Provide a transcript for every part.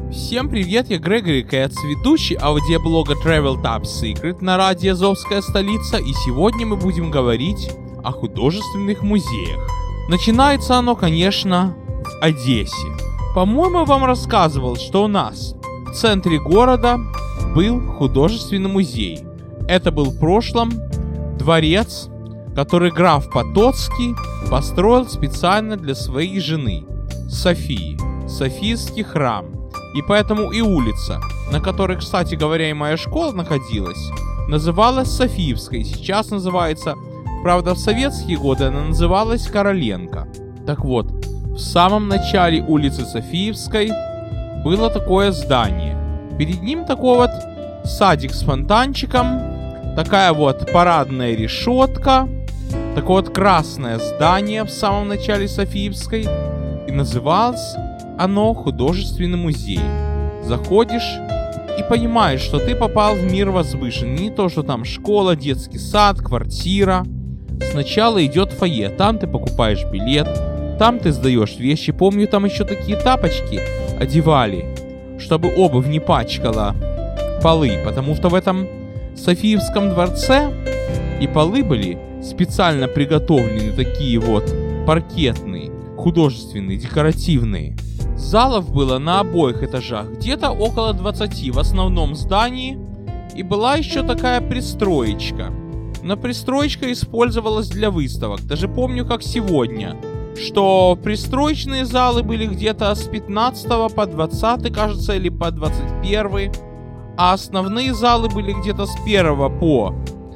Всем привет, я Грегори Кэтс, ведущий аудиоблога Travel Top Secret на радио Азовская столица, и сегодня мы будем говорить о художественных музеях. Начинается оно, конечно, в Одессе. По-моему, я вам рассказывал, что у нас в центре города был художественный музей. Это был в прошлом дворец, который граф Потоцкий построил специально для своей жены Софии, Софийский храм. И поэтому и улица, на которой, кстати говоря, и моя школа находилась, называлась Софиевской. Сейчас называется, правда, в советские годы она называлась Короленко. Так вот, в самом начале улицы Софиевской было такое здание. Перед ним такой вот садик с фонтанчиком, такая вот парадная решетка, такое вот красное здание в самом начале Софиевской. И называлось оно художественный музей. Заходишь и понимаешь, что ты попал в мир возвышенный. Не то, что там школа, детский сад, квартира. Сначала идет фойе, там ты покупаешь билет, там ты сдаешь вещи. Помню, там еще такие тапочки одевали, чтобы обувь не пачкала полы, потому что в этом Софиевском дворце и полы были специально приготовлены, такие вот паркетные, художественные, декоративные. Залов было на обоих этажах, где-то около 20 в основном здании, и была еще такая пристроечка. Но пристроечка использовалась для выставок. Даже помню, как сегодня, что пристроечные залы были где-то с 15 по 20, кажется, или по 21, а основные залы были где-то с 1 по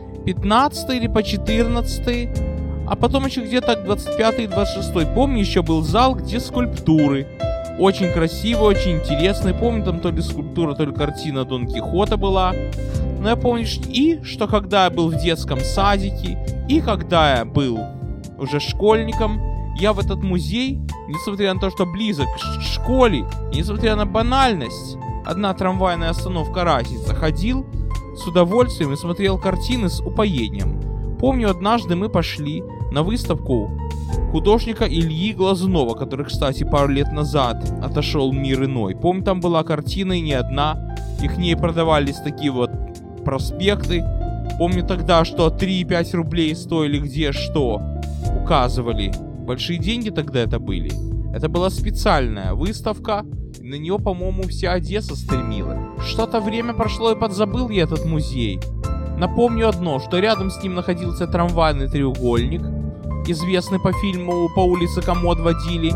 15 или по 14, а потом еще где-то к 25 и 26. Помню, еще был зал, где скульптуры. Очень красиво, очень интересно. Помню, там то ли скульптура, то ли картина Дон Кихота была. Но я помню, что когда я был в детском садике, и когда я был уже школьником, я в этот музей, несмотря на то, что близок к школе, несмотря на банальность, одна трамвайная остановка разница, ходил с удовольствием и смотрел картины с упоением. Помню, однажды мы пошли на выставку художника Ильи Глазунова, который, кстати, пару лет назад отошел в мир иной. Помню, там была картина и не одна. И к ней продавались такие вот проспекты. Помню тогда, что 3,5 рублей стоили где что. Указывали. Большие деньги тогда это были. Это была специальная выставка. И на нее, по-моему, вся Одесса стремила. Что-то время прошло и подзабыл я этот музей. Напомню одно, что рядом с ним находился трамвайный треугольник, известный по фильму «По улице Комод водили».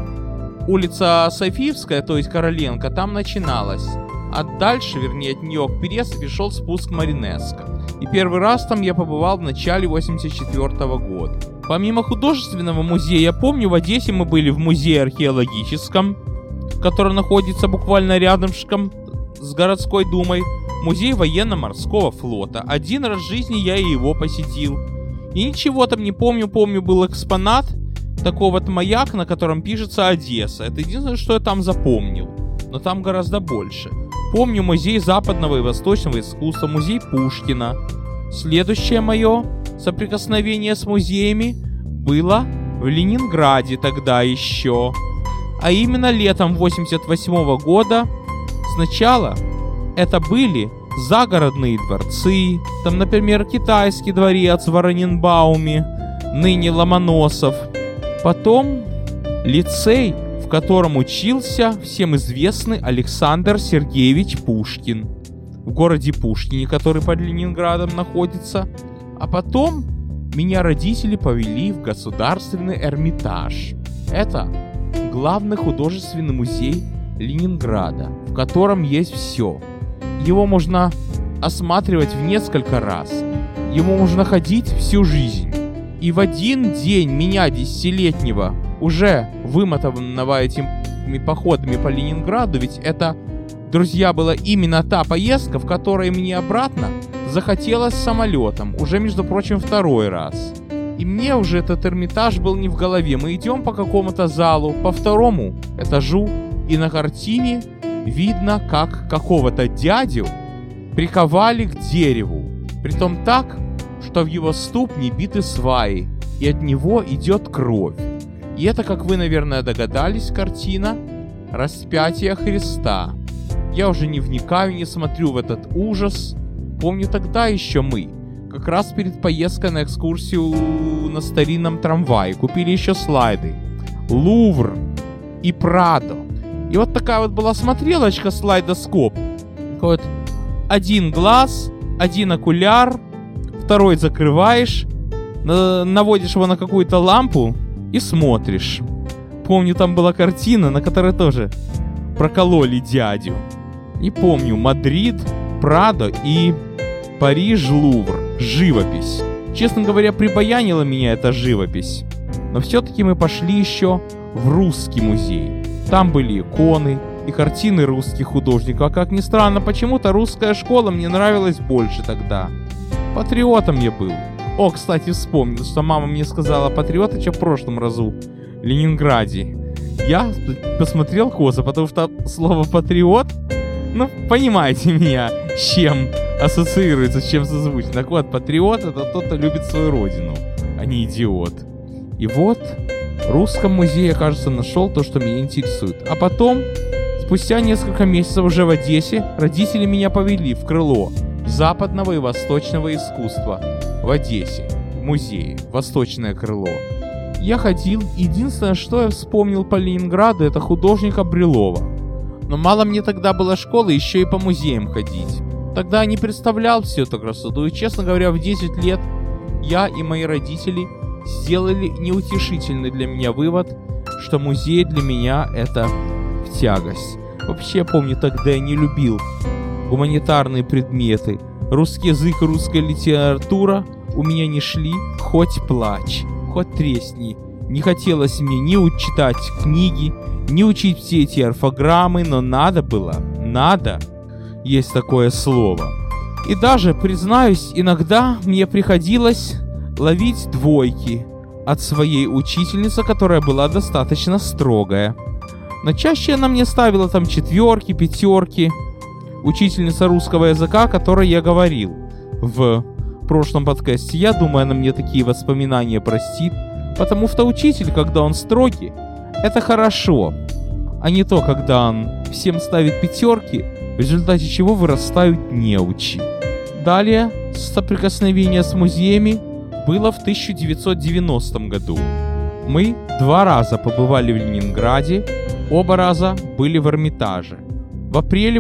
Улица Софиевская, то есть Короленко, там начиналась. А дальше, вернее, от нее к Пересове шел спуск Маринеско. И первый раз там я побывал в начале 84 года. Помимо художественного музея, я помню, в Одессе мы были в музее археологическом, который находится буквально рядышком с городской думой. Музей военно-морского флота. Один раз в жизни я и его посетил. И ничего там не помню. Помню, был экспонат, такой вот маяк, на котором пишется Одесса. Это единственное, что я там запомнил. Но там гораздо больше. Помню музей западного и восточного искусства, музей Пушкина. Следующее мое соприкосновение с музеями было в Ленинграде тогда еще. А именно летом 88 года. Сначала это были загородные дворцы, там, например, китайский дворец в Ораненбауме, ныне Ломоносов. Потом лицей, в котором учился всем известный Александр Сергеевич Пушкин, в городе Пушкине, который под Ленинградом находится. А потом меня родители повели в Государственный Эрмитаж. Это главный художественный музей Ленинграда, в котором есть все. Его можно осматривать в несколько раз. Ему можно ходить всю жизнь. И в один день меня, 10-летнего, уже вымотанного этими походами по Ленинграду, ведь это, друзья, была именно та поездка, в которой мне обратно захотелось самолетом. Уже, между прочим, второй раз. И мне уже этот Эрмитаж был не в голове. Мы идем по какому-то залу, по второму этажу, и на картине видно, как какого-то дядю приковали к дереву. Притом так, что в его ступни биты сваи, и от него идет кровь. И это, как вы, наверное, догадались, картина «Распятие Христа». Я уже не вникаю, не смотрю в этот ужас. Помню, тогда еще мы, как раз перед поездкой на экскурсию на старинном трамвае, купили еще слайды. Лувр и Прадо. И вот такая вот была смотрелочка, слайдоскоп. Вот один глаз, один окуляр, второй закрываешь, наводишь его на какую-то лампу и смотришь. Помню, там была картина, на которой тоже прокололи дядю. Не помню, Мадрид, Прадо и Париж, Лувр. Живопись. Честно говоря, прибаянила меня эта живопись. Но все-таки мы пошли еще в русский музей. Там были иконы и картины русских художников. А как ни странно, почему-то русская школа мне нравилась больше тогда. Патриотом я был. О, кстати, вспомнил, что мама мне сказала патриот еще в прошлом разу в Ленинграде. Я посмотрел косо, потому что слово патриот, ну, понимаете меня, с чем ассоциируется, с чем созвучно. Так вот, патриот — это тот, кто любит свою родину, а не идиот. И вот в русском музее, я, кажется, нашел то, что меня интересует. А потом, спустя несколько месяцев уже в Одессе, родители меня повели в крыло западного и восточного искусства в Одессе, в музее, восточное крыло. Я ходил, единственное, что я вспомнил по Ленинграду, это художника Брюлова. Но мало мне тогда было школы, еще и по музеям ходить. Тогда я не представлял всю эту красоту, и, честно говоря, в 10 лет я и мои родители сделали неутешительный для меня вывод, что музей для меня это в тягость. Вообще, я помню, тогда я не любил гуманитарные предметы. Русский язык и русская литература у меня не шли, хоть плачь, хоть тресни. Не хотелось мне ни читать книги, ни учить все эти орфограммы, но надо было, надо. Есть такое слово. И даже, признаюсь, иногда мне приходилось ловить двойки от своей учительницы, которая была достаточно строгая. Но чаще она мне ставила там 4, 5. Учительница русского языка, о которой я говорил в прошлом подкасте. Я думаю, она мне такие воспоминания простит, потому что учитель, когда он строгий, это хорошо, а не то, когда он всем ставит 5, в результате чего вырастают неучи. Далее, соприкосновение с музеями было в 1990 году. Мы 2 раза побывали в Ленинграде, оба раза были в Эрмитаже. В апреле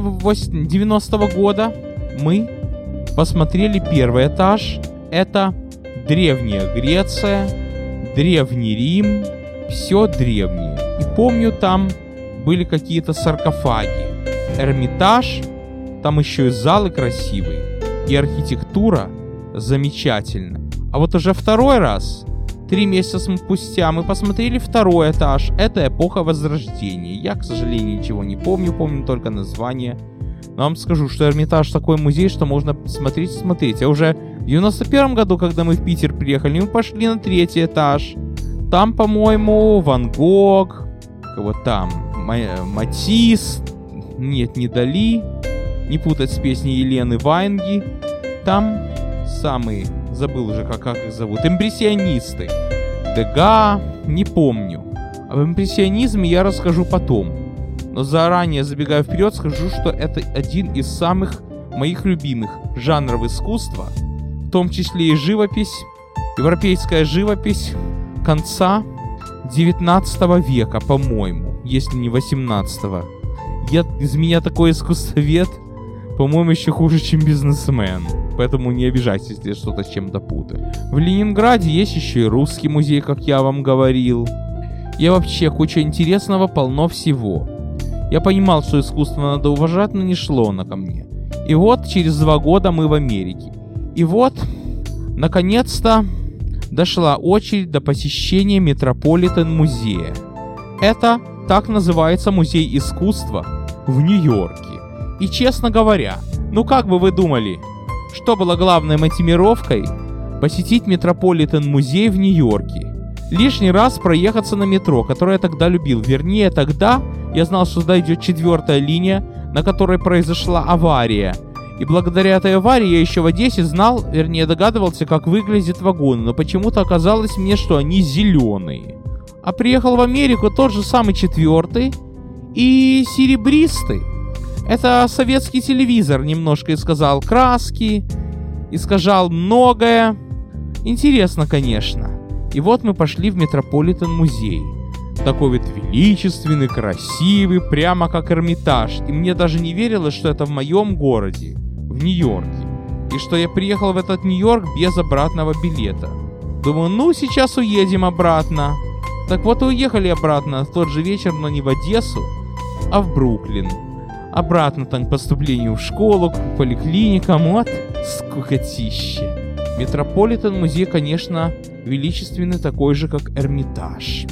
90 года мы посмотрели первый этаж. Это Древняя Греция, Древний Рим, все древнее. И помню, там были какие-то саркофаги. Эрмитаж, там еще и залы красивые, и архитектура замечательна. А вот уже второй раз, 3 месяца спустя, мы посмотрели второй этаж. Это эпоха Возрождения. Я, к сожалению, ничего не помню, помню только название. Но вам скажу, что Эрмитаж такой музей, что можно смотреть. А уже в 91 году, когда мы в Питер приехали, мы пошли на 3-й этаж. Там, по-моему, Ван Гог, кого там, Матисс, нет, не Дали, не путать с песней Елены Ваенги. Там самые, забыл уже, как их зовут, импрессионисты. Дега, не помню. Об импрессионизме я расскажу потом. Но заранее, забегая вперед, скажу, что это один из самых моих любимых жанров искусства, в том числе и живопись, европейская живопись конца 19 века, по-моему, если не 18-го. Из меня такой искусствовед, по-моему, еще хуже, чем бизнесмен. Поэтому не обижайтесь, если я что-то с чем-то путаю. В Ленинграде есть еще и русский музей, как я вам говорил. И вообще куча интересного, полно всего. Я понимал, что искусство надо уважать, но не шло оно ко мне. И вот через 2 года мы в Америке. И вот, наконец-то, дошла очередь до посещения Метрополитен-музея. Это так называется музей искусства в Нью-Йорке. И честно говоря, ну как бы вы думали, что было главной мотивировкой посетить Метрополитен-музей в Нью-Йорке? Лишний раз проехаться на метро, которое я тогда любил. Вернее, тогда я знал, что сюда идет 4-я линия, на которой произошла авария. И благодаря этой аварии я еще в Одессе знал, вернее догадывался, как выглядят вагоны. Но почему-то оказалось мне, что они зеленые. А приехал в Америку тот же самый 4-й и серебристый. Это советский телевизор немножко исказал краски, искажал многое. Интересно, конечно. И вот мы пошли в Метрополитен-музей. Такой вот величественный, красивый, прямо как Эрмитаж. И мне даже не верилось, что это в моем городе, в Нью-Йорке. И что я приехал в этот Нью-Йорк без обратного билета. Думаю, ну сейчас уедем обратно. Так вот и уехали обратно в тот же вечер, но не в Одессу, а в Бруклин. Обратно там к поступлению в школу, к поликлиникам. Вот скукотище. Метрополитен-музей, конечно, величественный, такой же, как Эрмитаж.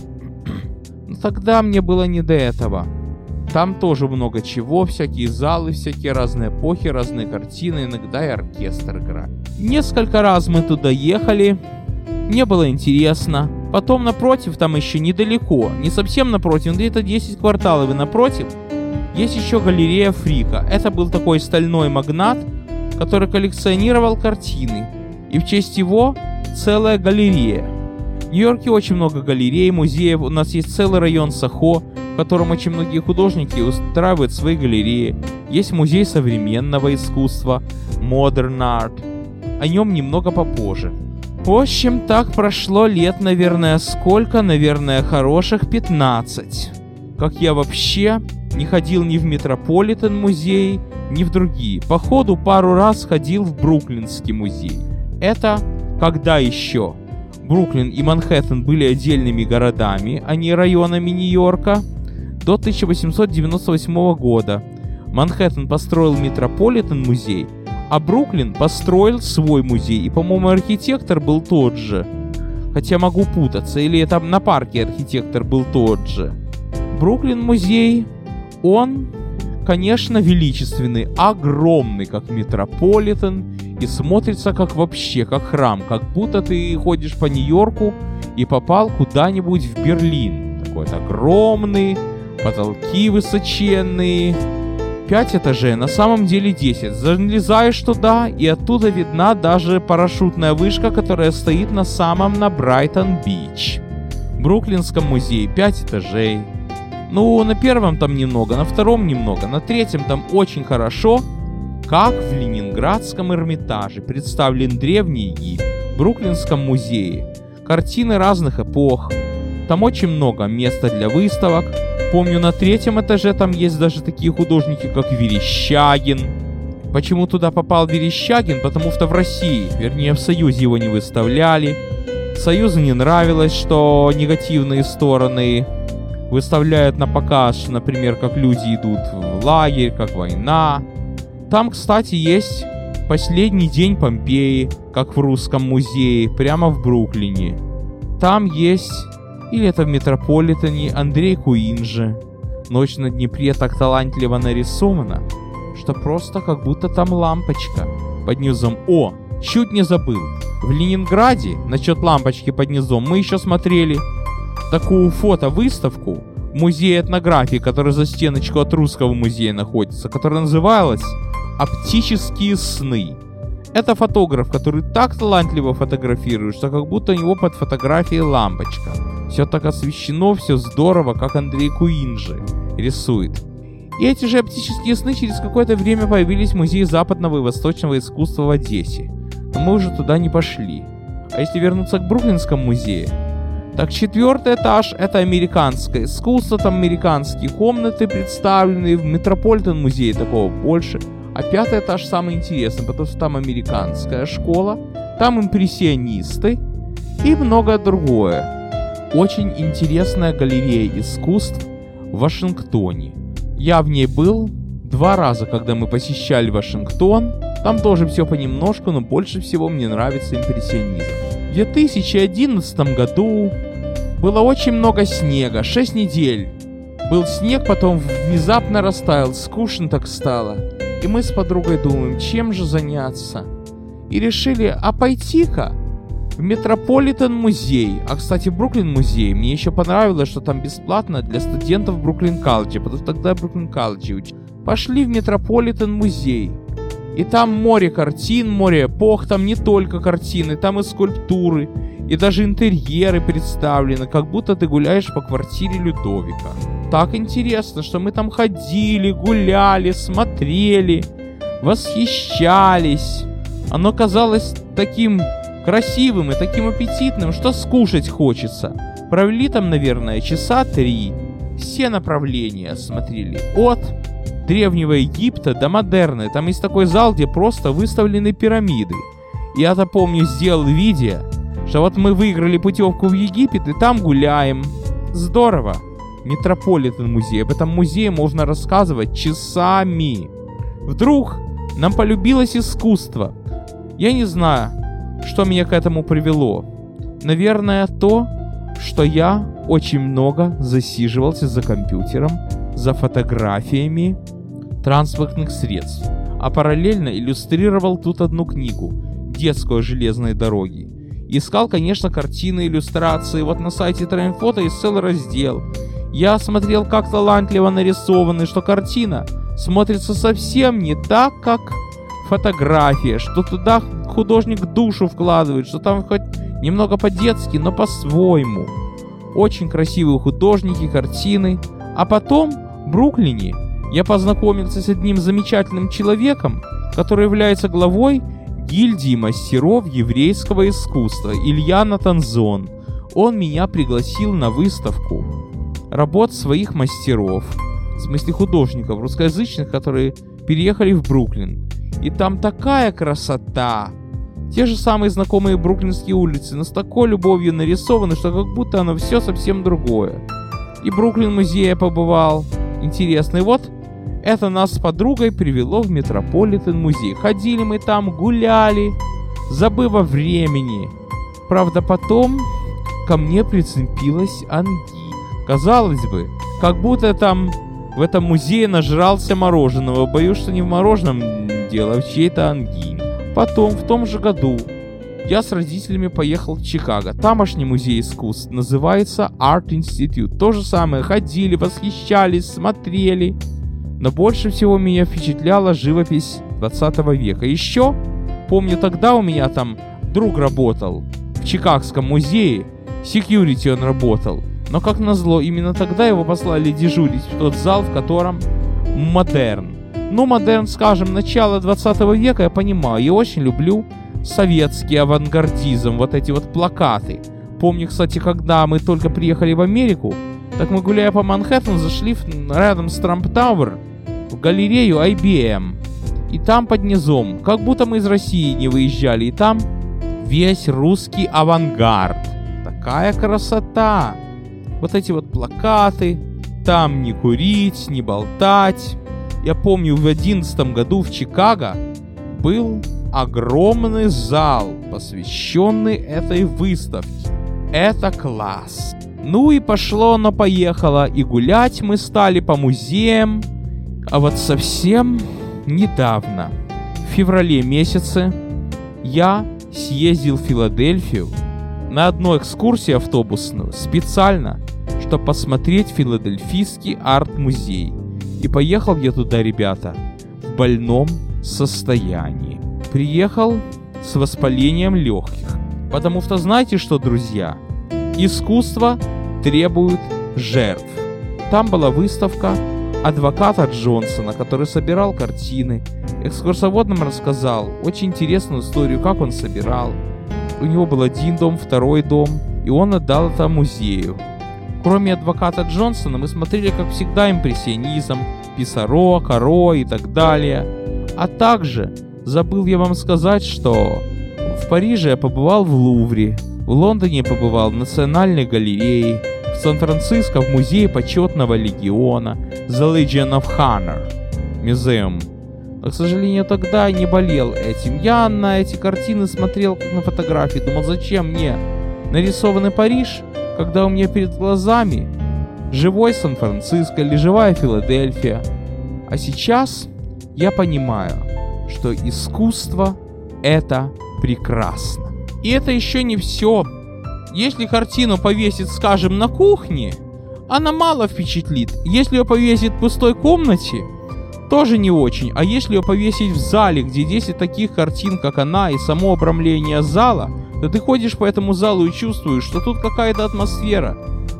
Но тогда мне было не до этого. Там тоже много чего, всякие залы, всякие разные эпохи, разные картины, иногда и оркестр играет. Несколько раз мы туда ехали, мне было интересно. Потом напротив, там еще недалеко, не совсем напротив, где-то 10 кварталов и напротив, есть еще галерея Фрика. Это был такой стальной магнат, который коллекционировал картины. И в честь его целая галерея. В Нью-Йорке очень много галерей, музеев. У нас есть целый район Сохо, в котором очень многие художники устраивают свои галереи. Есть музей современного искусства, Modern Art. О нем немного попозже. В общем, так прошло лет, наверное, сколько? Наверное, хороших 15. Как я вообще не ходил ни в Метрополитен-музей, ни в другие. Походу, пару раз ходил в Бруклинский музей. Это когда еще Бруклин и Манхэттен были отдельными городами, а не районами Нью-Йорка. До 1898 года Манхэттен построил Метрополитен-музей, а Бруклин построил свой музей. И, по-моему, архитектор был тот же. Хотя могу путаться, или это на парке архитектор был тот же. Бруклин-музей, он, конечно, величественный, огромный, как Метрополитен, и смотрится как вообще, как храм, как будто ты ходишь по Нью-Йорку и попал куда-нибудь в Берлин. Такой вот огромный, потолки высоченные, 5 этажей, на самом деле 10. Залезаешь туда, и оттуда видна даже парашютная вышка, которая стоит на Брайтон-Бич. В Бруклинском музее 5 этажей. Ну, на первом там немного, на втором немного, на третьем там очень хорошо, как в Ленинградском Эрмитаже. Представлен Древний Египет, в Бруклинском музее. Картины разных эпох. Там очень много места для выставок. Помню, на третьем этаже там есть даже такие художники, как Верещагин. Почему туда попал Верещагин? Потому что в России, вернее в Союзе, его не выставляли. Союзу не нравилось, что негативные стороны выставляют на показ, например, как люди идут в лагерь, как война. Там, кстати, есть последний день Помпеи, как в Русском музее, прямо в Бруклине. Там есть, или это в Метрополитене, Андрей Куинджи. Ночь на Днепре так талантливо нарисована, что просто как будто там лампочка под низом. О, чуть не забыл. В Ленинграде, насчет лампочки под низом, мы еще смотрели такую фотовыставку в музее этнографии, который за стеночку от Русского музея находится, которая называлась «Оптические сны». Это фотограф, который так талантливо фотографирует, что как будто у него под фотографией лампочка. Все так освещено, все здорово, как Андрей Куинджи рисует. И эти же оптические сны через какое-то время появились в Музее западного и восточного искусства в Одессе. Но мы уже туда не пошли. А если вернуться к Бруклинскому музею, так 4-й этаж — это американское искусство, там американские комнаты представлены, в Метрополитен-музее такого больше. А 5-й этаж самый интересный, потому что там американская школа, там импрессионисты и многое другое. Очень интересная галерея искусств в Вашингтоне. Я в ней был 2 раза, когда мы посещали Вашингтон. Там тоже все понемножку, но больше всего мне нравится импрессионизм. В 2011 году было очень много снега, 6 недель. Был снег, потом внезапно растаял, скучно так стало. И мы с подругой думаем, чем же заняться. И решили, а пойти-ка в Метрополитен-музей. А, кстати, Бруклин-музей. Мне еще понравилось, что там бесплатно для студентов Бруклин-колледжа, потому что тогда Бруклин-колледжи учили. Пошли в Метрополитен-музей. И там море картин, море эпох, там не только картины, там и скульптуры, и даже интерьеры представлены, как будто ты гуляешь по квартире Людовика. так интересно, что мы там ходили, гуляли, смотрели, восхищались. Оно казалось таким красивым и таким аппетитным, что скушать хочется. Провели там, наверное, часа 3. Все направления смотрели. От древнего Египта до модерна. Там есть такой зал, где просто выставлены пирамиды. Я-то помню, сделал видео, что вот мы выиграли путевку в Египет и там гуляем. Здорово. Метрополитен музей. Об этом музее можно рассказывать часами. Вдруг нам полюбилось искусство. Я не знаю, что меня к этому привело. Наверное, то, что я очень много засиживался за компьютером, за фотографиями транспортных средств, а параллельно иллюстрировал тут одну книгу «Детскую о железной дороге». Искал, конечно, картины, иллюстрации. Вот на сайте TrainFoto есть целый раздел. Я смотрел, как талантливо нарисованы, что картина смотрится совсем не так, как фотография, что туда художник душу вкладывает, что там хоть немного по-детски, но по-своему. Очень красивые художники, картины. А потом в Бруклине я познакомился с одним замечательным человеком, который является главой гильдии мастеров еврейского искусства, Илья Натанзон. Он меня пригласил на выставку работ своих мастеров, в смысле художников русскоязычных, которые переехали в Бруклин. И там такая красота! Те же самые знакомые бруклинские улицы, но с такой любовью нарисованы, что как будто оно все совсем другое. И Бруклин музей я побывал. Интересно. И вот это нас с подругой привело в Метрополитен музей. Ходили мы там, гуляли, забыв о времени. Правда, потом ко мне прицепилась ангина. Казалось бы, как будто там в этом музее нажрался мороженого. Боюсь, что не в мороженом дело, а в чьей-то ангине. Потом, в том же году, я с родителями поехал в Чикаго. Тамошний музей искусств называется Art Institute. То же самое, ходили, восхищались, смотрели. Но больше всего меня впечатляла живопись 20 века. Еще, помню, тогда у меня там друг работал в Чикагском музее. Security он работал. Но, как назло, именно тогда его послали дежурить в тот зал, в котором модерн. Ну, модерн, скажем, начало 20 века, я понимаю. Я очень люблю советский авангардизм, вот эти вот плакаты. Помню, кстати, когда мы только приехали в Америку, так мы, гуляя по Манхэттену, зашли рядом с Трамп Тауэр в галерею IBM. И там под низом, как будто мы из России не выезжали, и там весь русский авангард. Такая красота! Вот эти вот плакаты, там не курить, не болтать. Я помню, в 2011 году в Чикаго был огромный зал, посвященный этой выставке. Это класс. Ну и пошло, но поехало. И гулять мы стали по музеям. А вот совсем недавно, в феврале месяце, я съездил в Филадельфию на одну экскурсию автобусную специально, чтобы посмотреть филадельфийский арт-музей. И поехал я туда, ребята, в больном состоянии. Приехал с воспалением легких. Потому что знаете что, друзья? Искусство требует жертв. Там была выставка адвоката Джонсона, который собирал картины. Экскурсовод нам рассказал очень интересную историю, как он собирал. У него был один дом, второй дом, и он отдал это музею. Кроме адвоката Джонсона, мы смотрели, как всегда, импрессионизм, Писаро, Каро и так далее. А также забыл я вам сказать, что в Париже я побывал в Лувре, в Лондоне побывал в Национальной галерее, в Сан-Франциско в музее почетного легиона The Legion of Honor Museum. Но, к сожалению, тогда я не болел этим. Я на эти картины смотрел как на фотографии, думал, зачем мне нарисованный Париж, когда у меня перед глазами живой Сан-Франциско или живая Филадельфия. А сейчас я понимаю, что искусство — это прекрасно. И это еще не все. Если картину повесить, скажем, на кухне, она мало впечатлит. Если ее повесить в пустой комнате, тоже не очень. А если ее повесить в зале, где 10 таких картин, как она, и само обрамление зала, то ты ходишь по этому залу и чувствуешь, что тут какая-то атмосфера.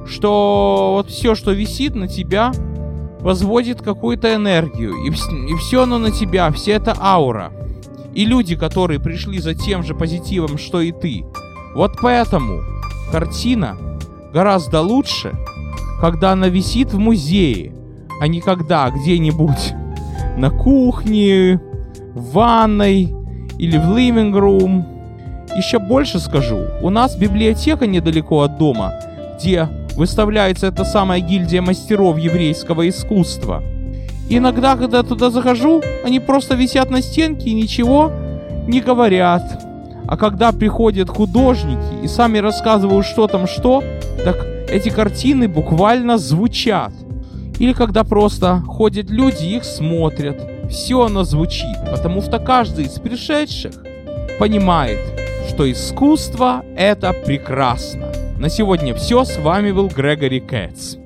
что вот все, что висит на тебя, возводит какую-то энергию, и все оно на тебя, вся эта аура. И люди, которые пришли за тем же позитивом, что и ты. Вот поэтому картина гораздо лучше, когда она висит в музее, а не когда где-нибудь на кухне, в ванной или в living room. Еще больше скажу, у нас библиотека недалеко от дома, где выставляется эта самая гильдия мастеров еврейского искусства. Иногда, когда я туда захожу, они просто висят на стенке и ничего не говорят. А когда приходят художники и сами рассказывают, что там что, так эти картины буквально звучат. Или когда просто ходят люди и их смотрят. Все оно звучит, потому что каждый из пришедших понимает, что искусство — это прекрасно. На сегодня все. С вами был Грегори Кэтс.